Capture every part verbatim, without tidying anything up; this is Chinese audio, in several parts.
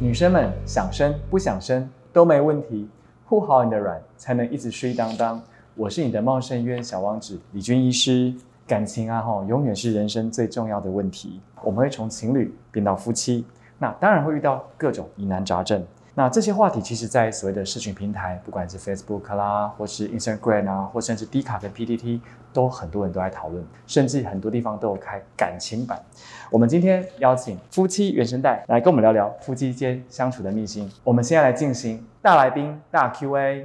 女生们想生不想生都没问题，护好你的卵，才能一直睡当当。我是你的茂盛医院小王子李军医师。感情啊，吼，永远是人生最重要的问题。我们会从情侣变到夫妻，那当然会遇到各种疑难杂症。那这些话题其实在所谓的社群平台，不管是 Facebook 啦，或是 Instagram 啊，或甚至 D 卡跟 P T T， 都很多人都在讨论，甚至很多地方都有开感情版。我们今天邀请夫妻原声带来跟我们聊聊夫妻间相处的秘辛。我们现在来进行大来宾大 Q A。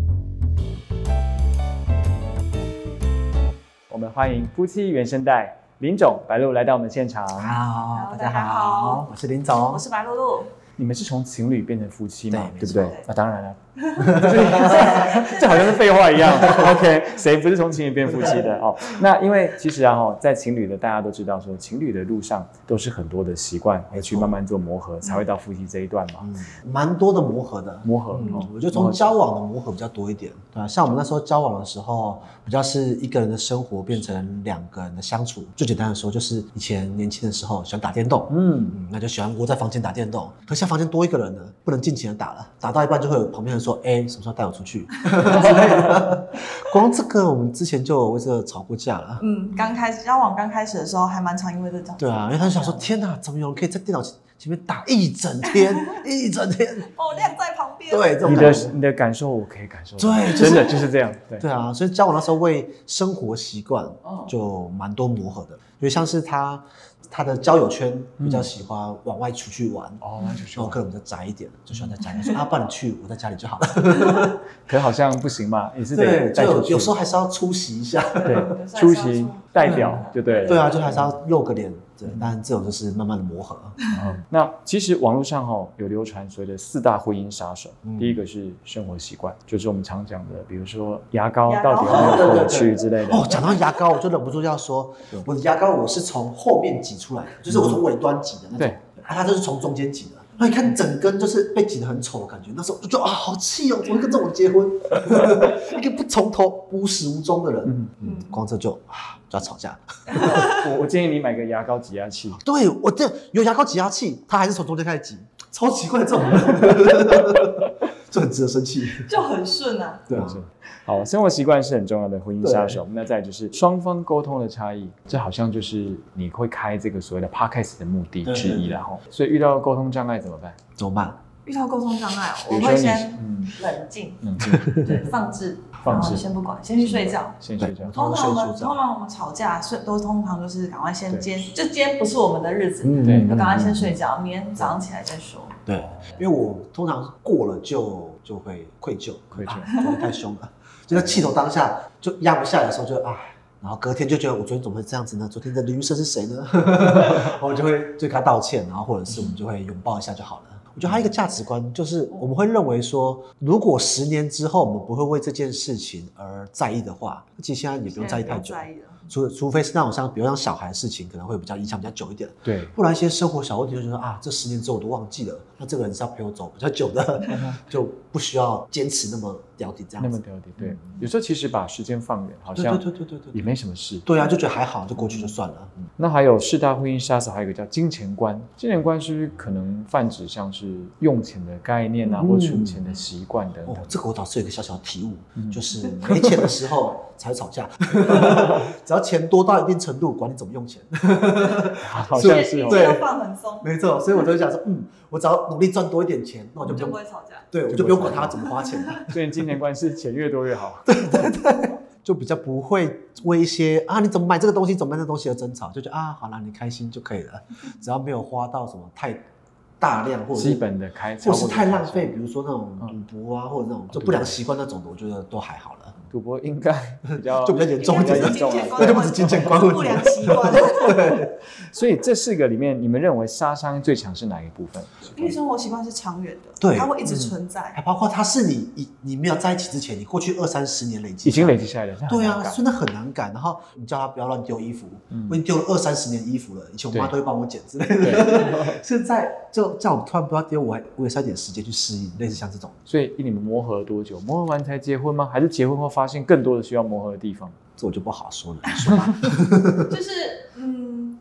我们欢迎夫妻原声带林总、白露来到我们现场。 好，大家大家好， 好我是林总， 我是白露露。 你们是从情侣变成夫妻嘛？ 对, 对不对？ 对啊，当然了，这好像是废话一样。OK， 谁不是从情侣变夫妻的哦？那因为其实啊，在情侣的大家都知道说，情侣的路上都是很多的习惯，要去慢慢做磨合，才会到夫妻这一段嘛。 嗯，蛮多的磨合的， 磨合、 嗯哦， 我觉得从交往的磨合比较多一点，对啊，像我们那时候交往的时候，比较是一个人的生活变成两个人的相处。最简单的说，就是以前年轻的时候喜欢打电动，嗯嗯，那就喜欢窝在房间打电动。可现在房间多一个人了，不能尽情的打了，打到一半就会有旁边人说：“哎，什么时候带我出去？”之类的。光这个我们之前就有为这个吵过架了。 嗯，刚开始交往刚开始的时候，还蛮常因为这吵架。 对啊，因为他就想说：“天哪，怎么有人可以在电脑前面打一整天，一整天？” 哦，晾在旁边。 对，这种你的你的感受我可以感受到。 对，就是、 真的就是这样。对对啊，所以交往的时候为生活习惯就蛮多磨合的，因为像是他他的交友圈比较喜欢往外出去玩，哦， 往外出去玩， 然后可能比较宅一点，就喜欢在家里说啊，不然你去，我在家里就好了。 可好像不行嘛，也是得带出去， 有时候还是要出席一下， 对，出席代表就对了， 对啊，就还是要露个脸。对，当然这种就是慢慢的磨合。 嗯、那其实网络上哈有流传所谓的四大婚姻杀手，嗯、第一个是生活习惯，就是我们常讲的，比如说牙膏到底有没有过得去之类的。 哦，讲到牙膏，我就忍不住要说，我的牙膏我是从后面挤出来的，就是我从尾端挤的那种，对，啊，它就是从中间挤的。那你看整根就是被挤得很丑的感觉，那时候就觉得啊，好气哦，怎么跟这种人结婚？一个不从头无始无终的人，嗯嗯，光这就啊就要吵架。 我我建议你买个牙膏挤压器。 对，我这有牙膏挤压器，他还是从中间开始挤，超奇怪这种人，就很值得生气， 就很顺啊。 对啊。 好，生活习惯是很重要的婚姻杀手。那再来就是双方沟通的差异，这好像就是你会开这个所谓的 podcast 的目的之一啦。所以遇到沟通障碍怎么办？ 怎么办？ 遇到沟通障碍，我会先冷静， 冷静， 对，放置， 放置， 先不管，先去睡觉， 先睡觉。 通常我们通常我们吵架都通常都是赶快先今天，就今天不是我们的日子，对，就赶快先睡觉，明天早上起来再说。 对，因为我通常过了就就会愧疚， 愧疚， 觉得太凶了。就在气头当下就压不下来的时候就啊，然后隔天就觉得我昨天怎么会这样子呢？昨天的林医生是谁呢？然后我就会就跟他道歉，然后或者是我们就会拥抱一下就好了。我觉得还有一个价值观，就是我们会认为说，如果十年之后我们不会为这件事情而在意的话，其实现在也不用在意太久。除除非是那种像比如像小孩的事情，可能会比较影响比较久一点。对，不然一些生活小问题就觉得啊，这十年之后我都忘记了，那这个人是要陪我走比较久的，就不需要坚持那么屌底这样子。 那么屌底，对。嗯、有时候其实把时间放远，好像对对对对对也没什么事。 对啊，就觉得还好，就过去就算了。嗯、 那还有四大婚姻杀手，还有一个叫金钱观。金钱观是不是可能泛指像是用钱的概念啊，嗯、或存钱的习惯等等？ 哦，这个我倒是有一个小小的体悟，嗯、就是没钱的时候才会吵架。只要钱多到一定程度，管你怎么用钱， 好像是哦，对，放很松， 没错。所以我就想说，嗯，我只要努力赚多一点钱，那我就不用就不会吵架， 对，我就不用管他怎么花钱。 所以金钱观是钱越多越好， 对对对，就比较不会为一些啊你怎么买这个东西，怎么买那个东西而争吵，就觉得啊好啦，你开心就可以了，只要没有花到什么太大量或者基本的开， 或是太浪费，比如说那种赌博啊，或者那种就不良习惯那种的，我觉得都还好了。 赌博应该比较就比较严重一点， 那就不是金钱观问题， 不良习惯。 对， 所以这四个里面，你们认为杀伤力最强是哪一个部分？ 因为生活习惯是长远的， 对， 它会一直存在。 还包括它是你你你没有在一起之前，你过去二三十年累积， 已经累积下来了。 对啊，所以那很难改。然后你叫他不要乱丢衣服，我已经丢了二三十年衣服了，以前我妈都会帮我捡之类的。现在就叫我突然不要丢，我还我也是要点时间去适应，类似像这种。 所以你们磨合了多久？磨合完才结婚吗？还是结婚后发现更多的需要磨合的地方？ 这我就不好说了，你说吧。 就是嗯，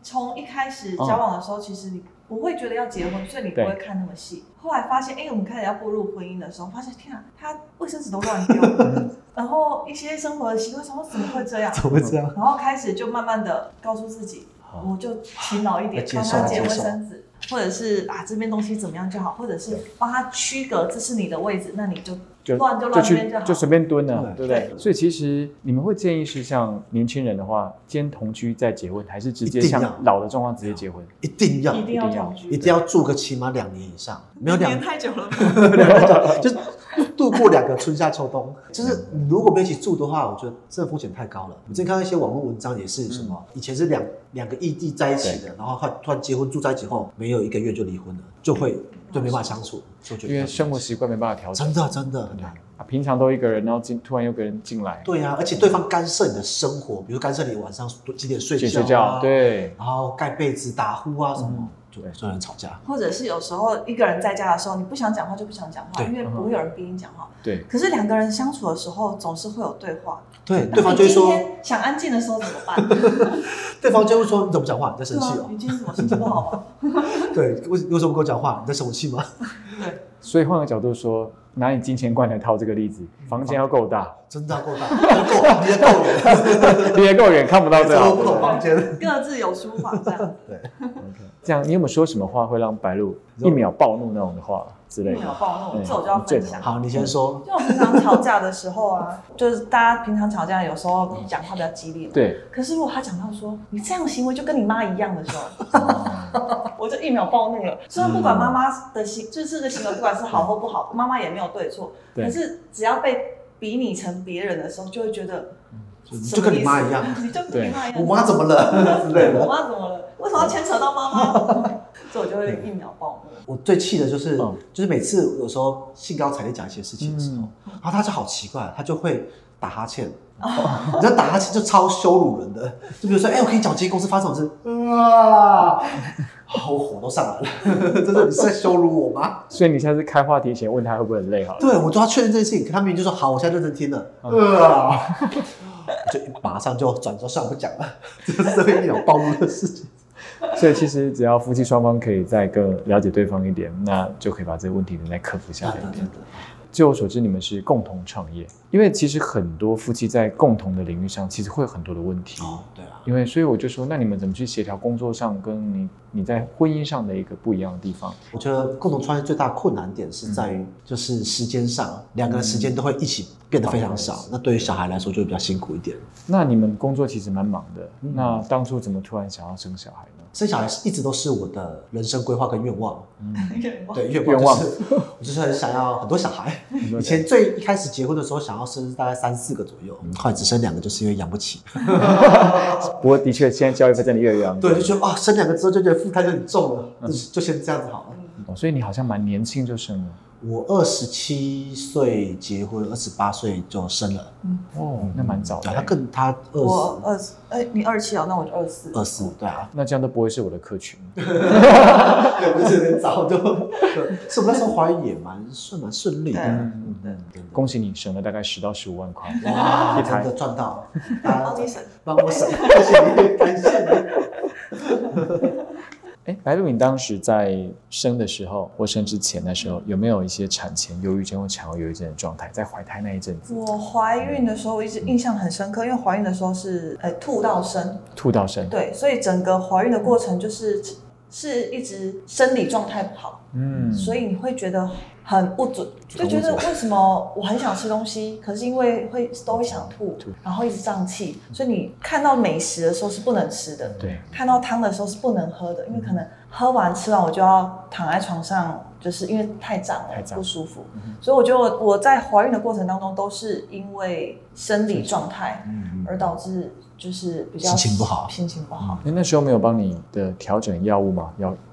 从一开始交往的时候，其实你不会觉得要结婚，所以你不会看那么细。后来发现，哎，我们开始要步入婚姻的时候，发现天啊，他卫生纸都乱丢，然后一些生活的习惯，想说怎么会这样？ 怎么会这样？ 然后开始就慢慢的告诉自己，我就勤劳一点，帮他结卫生纸，或者是啊这边东西怎么样就好，或者是帮他区隔这是你的位置，那你就。 就乱就乱这边就好， 就随便蹲了，对不对？所以其实你们会建议是像年轻人的话，先同居再结婚，还是直接像老的状况直接结婚？ 一定要， 一定要同居， 一定要住个起码两年以上，没有两年太久了， 两年太久，就是度过两个春夏秋冬。就是如果没有一起住的话，我觉得这风险太高了。我之前看到一些网络文章也是什么，以前是两两个异地在一起的，然后突然结婚住在一起后，没有一个月就离婚了，就会就没办法相处， 因为生活习惯没办法调整， 真的真的很难。 啊，平常都一个人，然后进突然有个人进来， 对啊，而且对方干涉你的生活，比如干涉你晚上几点睡觉、啊、 睡觉，对， 然后盖被子、打呼啊什么，嗯、就就很吵架。 或者是有时候一个人在家的时候，你不想讲话就不想讲话，因为不会有人逼你讲话。 对。 可是两个人相处的时候，总是会有对话。 对，对方就会说， 今天想安静的时候怎么办？ 对方就会说：“你怎么讲话？你在生气哦？ 啊、你今天怎么心情不好吗？” 对，为为什么不跟我讲话？你在生我气吗？ 对。 所以换个角度说，拿你金钱罐来套这个例子，房间要够大， 真的要够大，够，离得够远， 离得够远，看不到最好。 不同房间， 各自有书房这样。 对 ，OK。这样，你有没有说什么话会让白鹿一秒暴怒那种的话之类的？ 一秒暴怒，这我就要分享。 好，你先说。 就我平常吵架的时候啊，就是大家平常吵架有时候讲话比较激烈嘛。 对。 可是如果他讲到说你这样行为就跟你妈一样的时候，我就一秒暴怒了。虽然不管妈妈的行，就是这个行为不管是好或不好，妈妈也没有对错。可是只要被比拟成别人的时候，就会觉得。 你就跟你妈一样， 你就跟你妈一样。 我妈怎么了？之类的。 我妈怎么了？为什么要牵扯到妈妈？所以我就会一秒暴怒。 我最气的就是，嗯、就是每次有时候兴高采烈讲一些事情的时候，嗯、然后他就好奇怪，他就会打哈欠。哦、你知道打哈欠就超羞辱人的，就比如说，哎、欸，我跟你讲，我今天公司发生什么事，啊，我火都上来了，真的，你是在羞辱我吗？ 所以你下次开话题前问他会不会很累好了？ 对，我就要确认这件事情，可他明明就说好，我现在认真听了，嗯、啊，我就马上就转头算了不讲了，这是这个一秒暴怒的事情。 所以其实只要夫妻双方可以再更了解对方一点，那就可以把这个问题再克服下来一点。据我所知，你们是共同创业，因为其实很多夫妻在共同的领域上，其实会有很多的问题。 哦，对啊。 因为所以我就说，那你们怎么去协调工作上跟你你在婚姻上的一个不一样的地方？ 我觉得共同创业最大的困难点是在于，就是时间上，嗯、两个人时间都会一起变得非常少。嗯、那对于小孩来说就会比较辛苦一点。 那你们工作其实蛮忙的，嗯、那当初怎么突然想要生小孩呢？ 生小孩一直都是我的人生规划跟愿望。 嗯， 对，愿望就是我就是很想要很多小孩。以前最一开始结婚的时候想要生大概三四个左右，后来只生两个，就是因为养不起。 不过的确，现在教育费真的越来越昂贵。 对，就觉得啊，生两个之后就觉得负担就很重了，嗯、就就先这样子好了。 哦，所以你好像蛮年轻就生了。 我二十七岁结婚，二十八岁就生了。 嗯，哦，那蛮早的。 他更他二十， 我二十，哎，你二七哦，那我就二四。 二四，对啊。 那这样都不会是我的客群。 对，我有点早就。是我那时候怀孕也蛮顺蛮顺利的。 嗯嗯嗯。恭喜你省了大概十到十五万块。 哇，真的赚到！ 帮你省， 帮我省，谢谢你，感谢你。 哎，白鹿，你当时在生的时候或生之前的时候，有没有一些产前忧郁症或产后忧郁症的状态？在怀胎那一阵子， 我怀孕的时候，我一直印象很深刻，因为怀孕的时候是呃吐到生， 吐到生， 对，所以整个怀孕的过程就是是一直生理状态不好，嗯，所以你会觉得很不准，就觉得为什么我很想吃东西，可是因为会都会想吐，然后一直胀气，所以你看到美食的时候是不能吃的， 对， 看到汤的时候是不能喝的，因为可能喝完吃完我就要躺在床上，就是因为太胀了不舒服，嗯、所以我觉得我在怀孕的过程当中都是因为生理状态而导致就是比较心情不好， 心情不好。 嗯、那时候没有帮你的调整药物吗？药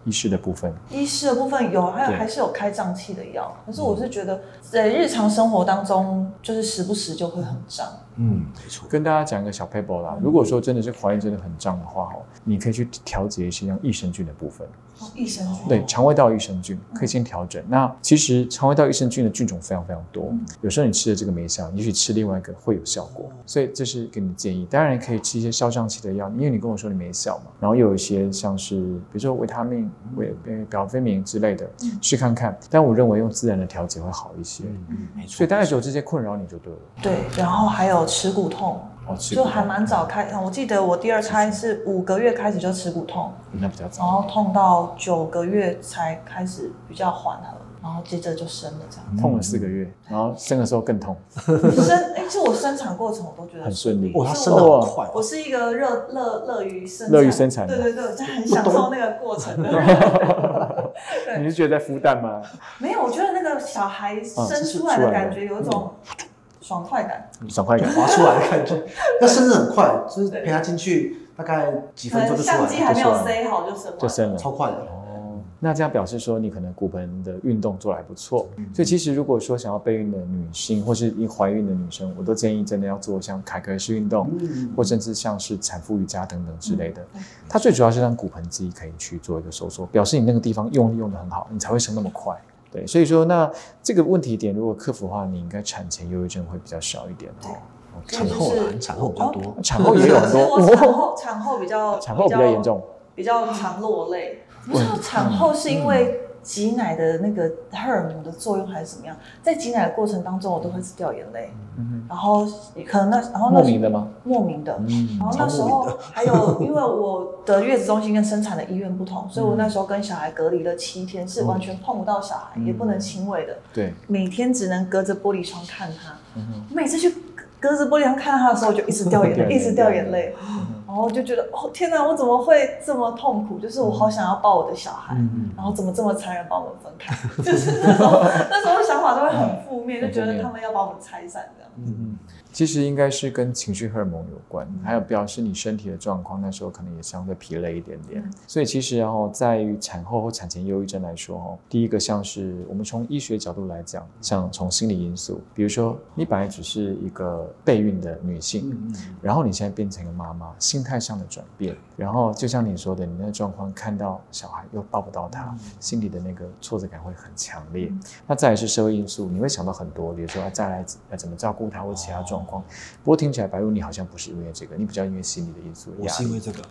医师的部分， 医师的部分有，还有还是有开胀气的药，可是我是觉得在日常生活当中，就是时不时就会很胀。 嗯，没错。 跟大家讲一个小 paper 啦，如果说真的是怀孕真的很胀的话，你可以去调节一些像益生菌的部分。 哦，益生菌。 对，肠胃道益生菌可以先调整。那其实肠胃道益生菌的菌种非常非常多，嗯、有时候你吃的这个没效，也许吃另外一个会有效果。所以这是给你的建议。当然可以吃一些消胀气的药，因为你跟我说你没效嘛。然后又有一些像是比如说维他命、维表飞明之类的，嗯、试看看。但我认为用自然的调节会好一些。嗯，没错。所以大概只有这些困扰你就对了。 对，然后还有耻骨痛。 哦、 就还蛮早开，我记得我第二胎是五个月开始就耻骨痛， 那比较早， 然后痛到九个月才开始比较缓和，然后接着就生了这样。 痛了四个月，然后生的时候更痛。 生，哎，其实我生产过程我都觉得很顺利， 哇，他生得很快。 我是一个乐乐乐于生乐于生产， 对对对，我就很享受那个过程。 你是觉得在孵蛋吗？ 没有，我觉得那个小孩生出来的感觉有一种。爽快感， 爽快感， 滑出来的感觉。那生得很快，就是陪他进去，大概几分钟就出来了。 相机还没有塞好就生， 就生了， 超快的。 哦，那这样表示说你可能骨盆的运动做得还不错。嗯、所以其实如果说想要备孕的女性，或是已怀孕的女生，我都建议真的要做像凯格尔式运动，嗯、或甚至像是产妇瑜伽等等之类的。嗯、它最主要是让骨盆肌可以去做一个收缩，表示你那个地方用力用得很好，你才会生那么快。对，所以说那这个问题点如果克服的话，你应该产前忧郁症会比较少一点哦。 产后啦，产后比较多， 产后也有很多。 我产后产后比较产后比较严重， 比较常落泪。不知道产后是因为挤奶的那个荷尔蒙的作用还是怎么样？在挤奶的过程当中，我都会一直掉眼泪。嗯、然后可能那然后那莫名的吗？ 莫名的。嗯、然后那时候还有，因为我的月子中心跟生产的医院不同，所以我那时候跟小孩隔离了七天，是完全碰不到小孩，嗯、也不能亲喂的。 对， 每天只能隔着玻璃窗看他。嗯、我每次去隔着玻璃窗看他的时候，我就一直掉眼泪，一直掉眼泪。然后就觉得哦天哪，我怎么会这么痛苦？就是我好想要抱我的小孩，嗯、然后怎么这么残忍把我们分开？就是那时候那时候想法都会很负面，就觉得他们要把我们拆散这样。 嗯，其实应该是跟情绪荷尔蒙有关，嗯、还有表示你身体的状况，那时候可能也相对疲累一点点。嗯、所以其实然后在于产后或产前忧郁症来说，哈，第一个像是我们从医学角度来讲，像从心理因素，比如说你本来只是一个备孕的女性，嗯、然后你现在变成一个妈妈，心态上的转变，然后就像你说的，你那个状况看到小孩又抱不到他，嗯、心里的那个挫折感会很强烈。嗯、那再来是社会因素，你会想到很多，比如说再来要怎么照顾他或其他状况。不过听起来白露你好像不是因为这个，你比较因为心理的因素。 我是因为这个。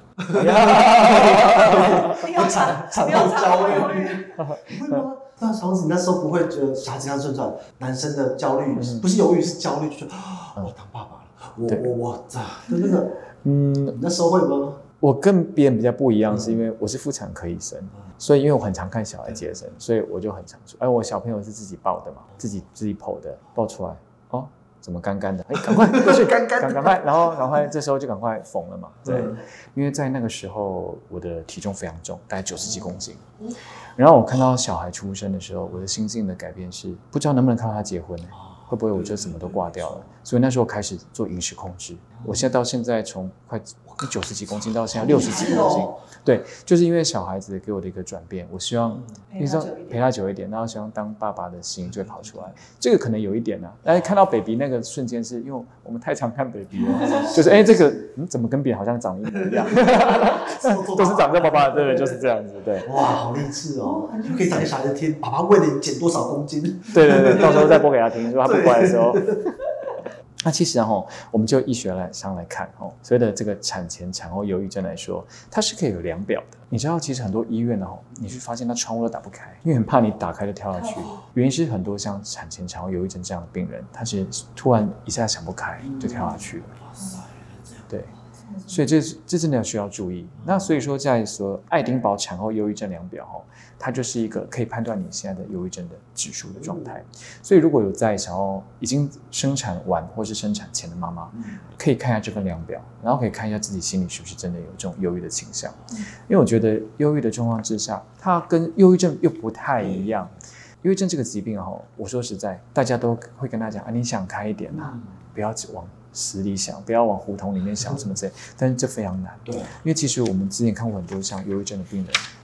你有产产后焦虑？ 会吗？那常子，你那时候不会觉得小孩子这样顺转，男生的焦虑不是犹豫是焦虑，就觉得我当爸爸了，我我我这那个，嗯，你那时候会吗？ 我跟别人比较不一样，是因为我是妇产科医生，所以因为我很常看小孩接生，所以我就很常说，哎，我小朋友是自己抱的嘛，自己自己剖的，抱出来，哦。怎么干干的？哎，赶快过去，干干，赶快，然后赶快，这时候就赶快缝了嘛。对，嗯、因为在那个时候我的体重非常重，大概九十几公斤。嗯、然后我看到小孩出生的时候，我的心境的改变是，不知道能不能看到他结婚呢？会不会我就什么都挂掉了？所以那时候开始做饮食控制。我现在到现在从快九十几公斤到现在六十几公斤，对，就是因为小孩子给我的一个转变，我希望你知道陪他久一点，然后希望当爸爸的心就会跑出来。这个可能有一点啊，但是看到 baby 那个瞬间是因为我们太常看 baby 了，就是哎这个嗯怎么跟别人好像长得一模一样，都是长这爸爸的，对，就是这样子，对。 哇，好励志哦！就可以讲给小孩子听，爸爸为了你减多少公斤？ 对对对，到时候再播给他听，说他不乖的时候。那其实哈，我们就医学来上来看哈，所谓的这个产前产后忧郁症来说，它是可以有量表的。你知道，其实很多医院哦，你去发现它窗户都打不开，因为很怕你打开就跳下去。原因是很多像产前产后忧郁症这样的病人，他是突然一下想不开就跳下去了。对。所以这这真的要需要注意。那所以说，在说爱丁堡产后忧郁症量表哈，它就是一个可以判断你现在的忧郁症的指数的状态。所以如果有在想要已经生产完或是生产前的妈妈，可以看一下这份量表，然后可以看一下自己心里是不是真的有这种忧郁的倾向。因为我觉得忧郁的状况之下，它跟忧郁症又不太一样。忧郁症这个疾病哈，我说实在，大家都会跟他讲啊，你想开一点啊，不要往死里想，不要往胡同里面想什么之类，但是这非常难。对，因为其实我们之前看过很多像忧郁症的病人，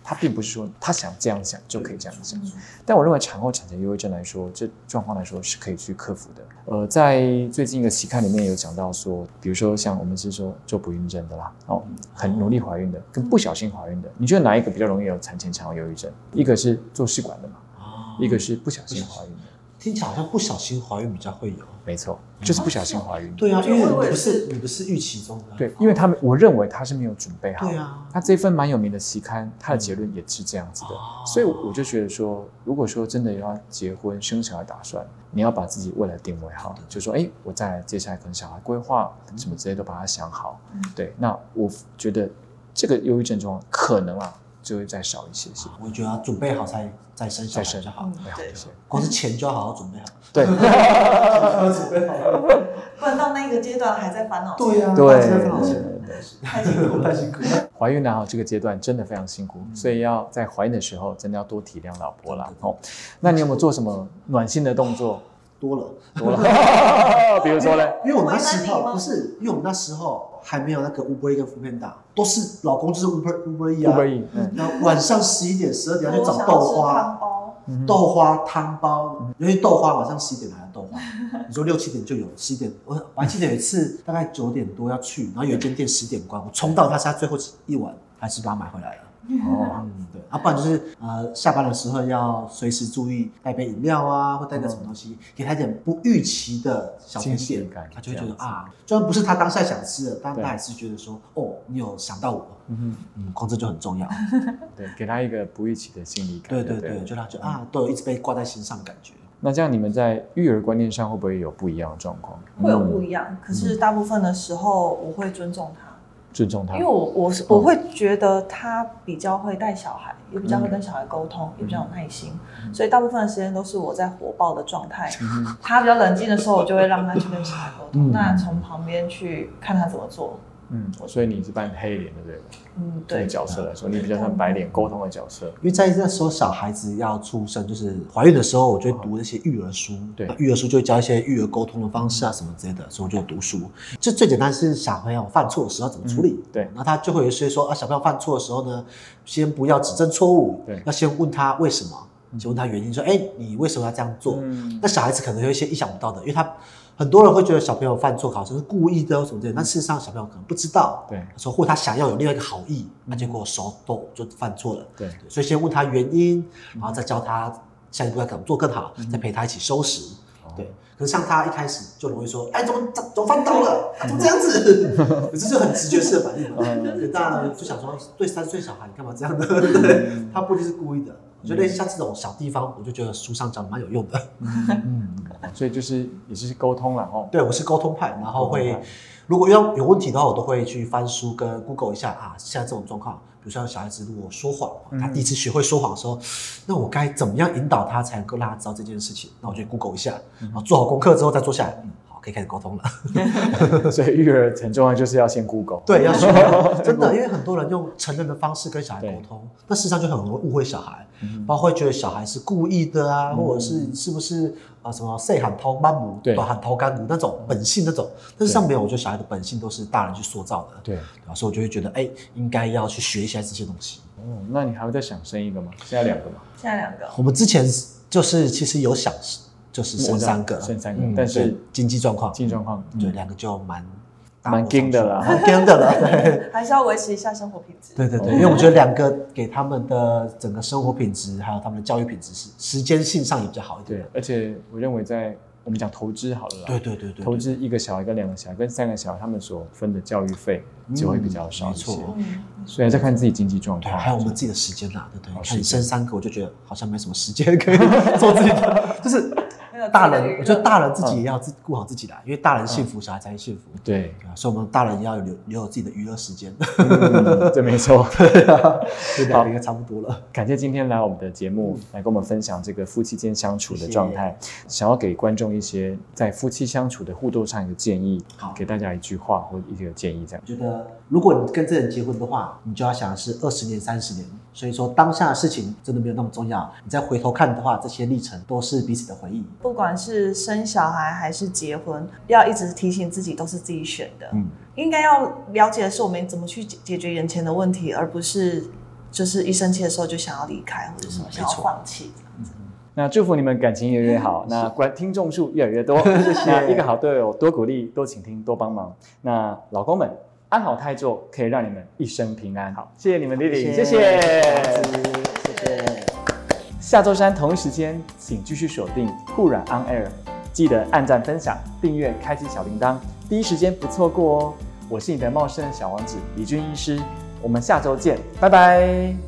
他并不是说他想这样想就可以这样想。但我认为产后产前忧郁症来说，这状况来说是可以去克服的。呃，在最近一个期刊里面有讲到说，比如说像我们是说做不孕症的啦，哦，很努力怀孕的，跟不小心怀孕的，你觉得哪一个比较容易有产前产后忧郁症？一个是做试管的嘛，一个是不小心怀孕的。 听起来好像不小心怀孕比较会有。 没错，就是不小心怀孕。 对啊，因为你不是你不是预期中的。 对，因为他们我认为他是没有准备好。 对啊， 他这份蛮有名的期刊，他的结论也是这样子的。哦、所以我就觉得说，如果说真的要结婚生小孩打算，你要把自己未来定位好，就说哎，我再接下来可能小孩规划什么之类都把它想好。嗯、对，那我觉得这个忧郁症状况可能啊。就会再少一些些， 我觉得要准备好才再生小孩就好， 会好一些。 光是钱就要好好准备好。 对， 准备好， 不然到那个阶段还在烦恼。 对呀， 对， 太辛苦了， 太辛苦了。 怀孕呢，这个阶段真的非常辛苦，所以要在怀孕的时候真的要多体谅老婆啦。哦，那你有没有做什么暖心的动作？ 多了， 多了。比如说呢？ 因为我们那时候不是，因为我们那时候还没有那个 Uber E 跟 Foodpanda， 都是老公就是 Uber Uber E 啊。 Uber E， 嗯， 然后晚上十一点、十二点要去找豆花、豆花汤包，因为豆花晚上十一点来的豆花，你说六七点就有，十一点我我还记得有一次大概九点多要去，然后有一间店十点关，我冲到他家最后一碗，还是把它买回来了。哦，嗯，对，啊，不然就是呃，下班的时候要随时注意带杯饮料啊，或带个什么东西，给他一点不预期的小甜点，他就会觉得啊，虽然不是他当下想吃的，但他还是觉得说，哦，你有想到我，嗯嗯，控制就很重要， 对，给他一个不预期的心理感， 对对对，就他就啊，都有一直被挂在心上的感觉。 那这样你们在育儿观念上会不会有不一样的状况？ 会有不一样，可是大部分的时候我会尊重他。 尊重他， 因为我我是我会觉得他比较会带小孩，也比较会跟小孩沟通，也比较有耐心，所以大部分的时间都是我在火爆的状态，他比较冷静的时候，我就会让他去跟小孩沟通，那从旁边去看他怎么做。 嗯，所以你是扮黑脸的对吧？嗯，对。角色来说，你比较像白脸沟通的角色。 因为在那时候小孩子要出生，就是怀孕的时候，我就会读那些育儿书。对，育儿书就会教一些育儿沟通的方式啊什么之类的，所以我就读书。就最简单是小朋友犯错的时候怎么处理。嗯、对，那他就会有些说啊，小朋友犯错的时候呢，先不要指正错误，对，要先问他为什么，先问他原因，说哎、欸，你为什么要这样做？嗯、那小孩子可能有一些意想不到的，因为他。很多人会觉得小朋友犯错好像是故意的什么之类的，但事实上小朋友可能不知道，对，说或他想要有另外一个好意，那、嗯、结果手都就犯错了，对，所以先问他原因，然后再教他下一步要怎么做更好，嗯、再陪他一起收拾，哦、对。可是像他一开始就容易说，哎，怎么怎么翻倒了，啊、怎么这样子？可是就很直觉式的反应嘛，所以大家呢就想说，对三岁小孩你干嘛这样呢？对，他不一定是故意的。我觉得像这种小地方，我就觉得书上讲的蛮有用的。 嗯，所以就是也是沟通了哦。 对，我是沟通派，然后会如果要有问题的话，我都会去翻书跟 Google 一下啊，现在这种状况，比如像小孩子如果说谎，他第一次学会说谎的时候，那我该怎么样引导他才能够让他知道这件事情？那我就 Google 一下，然后做好功课之后再坐下来，嗯，好，可以开始沟通了。 所以育儿很重要，就是要先 Google。 对，要学，真的，因为很多人用成人的方式跟小孩沟通，那事实上就很容易误会小孩，包括会觉得小孩是故意的啊，或者是是不是啊什么细喊偷慢母，对，喊偷干母那种本性那种，但是上面我觉得小孩的本性都是大人去塑造的，对，对吧？所以我就会觉得，哎，应该要去学一下这些东西。 哦，那你还会再想生一个吗？现在两个吗？ 现在两个。 我们之前就是其实有想。就是生三个， 生三个，嗯、但是经济状况， 经济状况， 对，两个就蛮蛮硬的啦， 蛮硬的了，对， 还是要维持一下生活品质。 对对对，因为我觉得两个给他们的整个生活品质，还有他们的教育品质是时间性上也比较好一点。 对，而且我认为在我们讲投资好了啦， 对对对对， 投资一个小孩跟两个小孩跟三个小孩，他们所分的教育费就会比较少一些，嗯、所以再看自己经济状况， 还有我们自己的时间啦，对不对？看你生三个，我就觉得好像没什么时间可以做自己的，就是。大人，我觉得大人自己也要自顾好自己啦，因为大人幸福，小孩才会幸福。对，所以我们大人也要留留有自己的娱乐时间。 嗯，对，没错。 对啊，这两个应该差不多了。 感谢今天来我们的节目，来跟我们分享这个夫妻间相处的状态，想要给观众一些在夫妻相处的互动上一个建议，给大家一句话或一个建议这样。 我觉得，如果你跟这人结婚的话，你就要想的是二十年、三十年。所以说，当下的事情真的没有那么重要。你再回头看的话，这些历程都是彼此的回忆。 不管是生小孩还是结婚，要一直提醒自己都是自己选的。嗯，应该要了解的是我们怎么去解决眼前的问题，而不是就是一生气的时候就想要离开或者什么、嗯、想要放弃这样子。 那祝福你们感情越来越好，那观听众数越来越多。谢谢。那一个好队友，多鼓励，多倾听，多帮忙。那老公们安好态做，可以让你们一生平安。好，谢谢你们莅临，谢谢，谢谢。下周三同一时间，请继续锁定酷软 On Air， 记得按赞、分享、订阅、开启小铃铛，第一时间不错过哦。我是你的茂盛小王子李军医师，我们下周见，拜拜。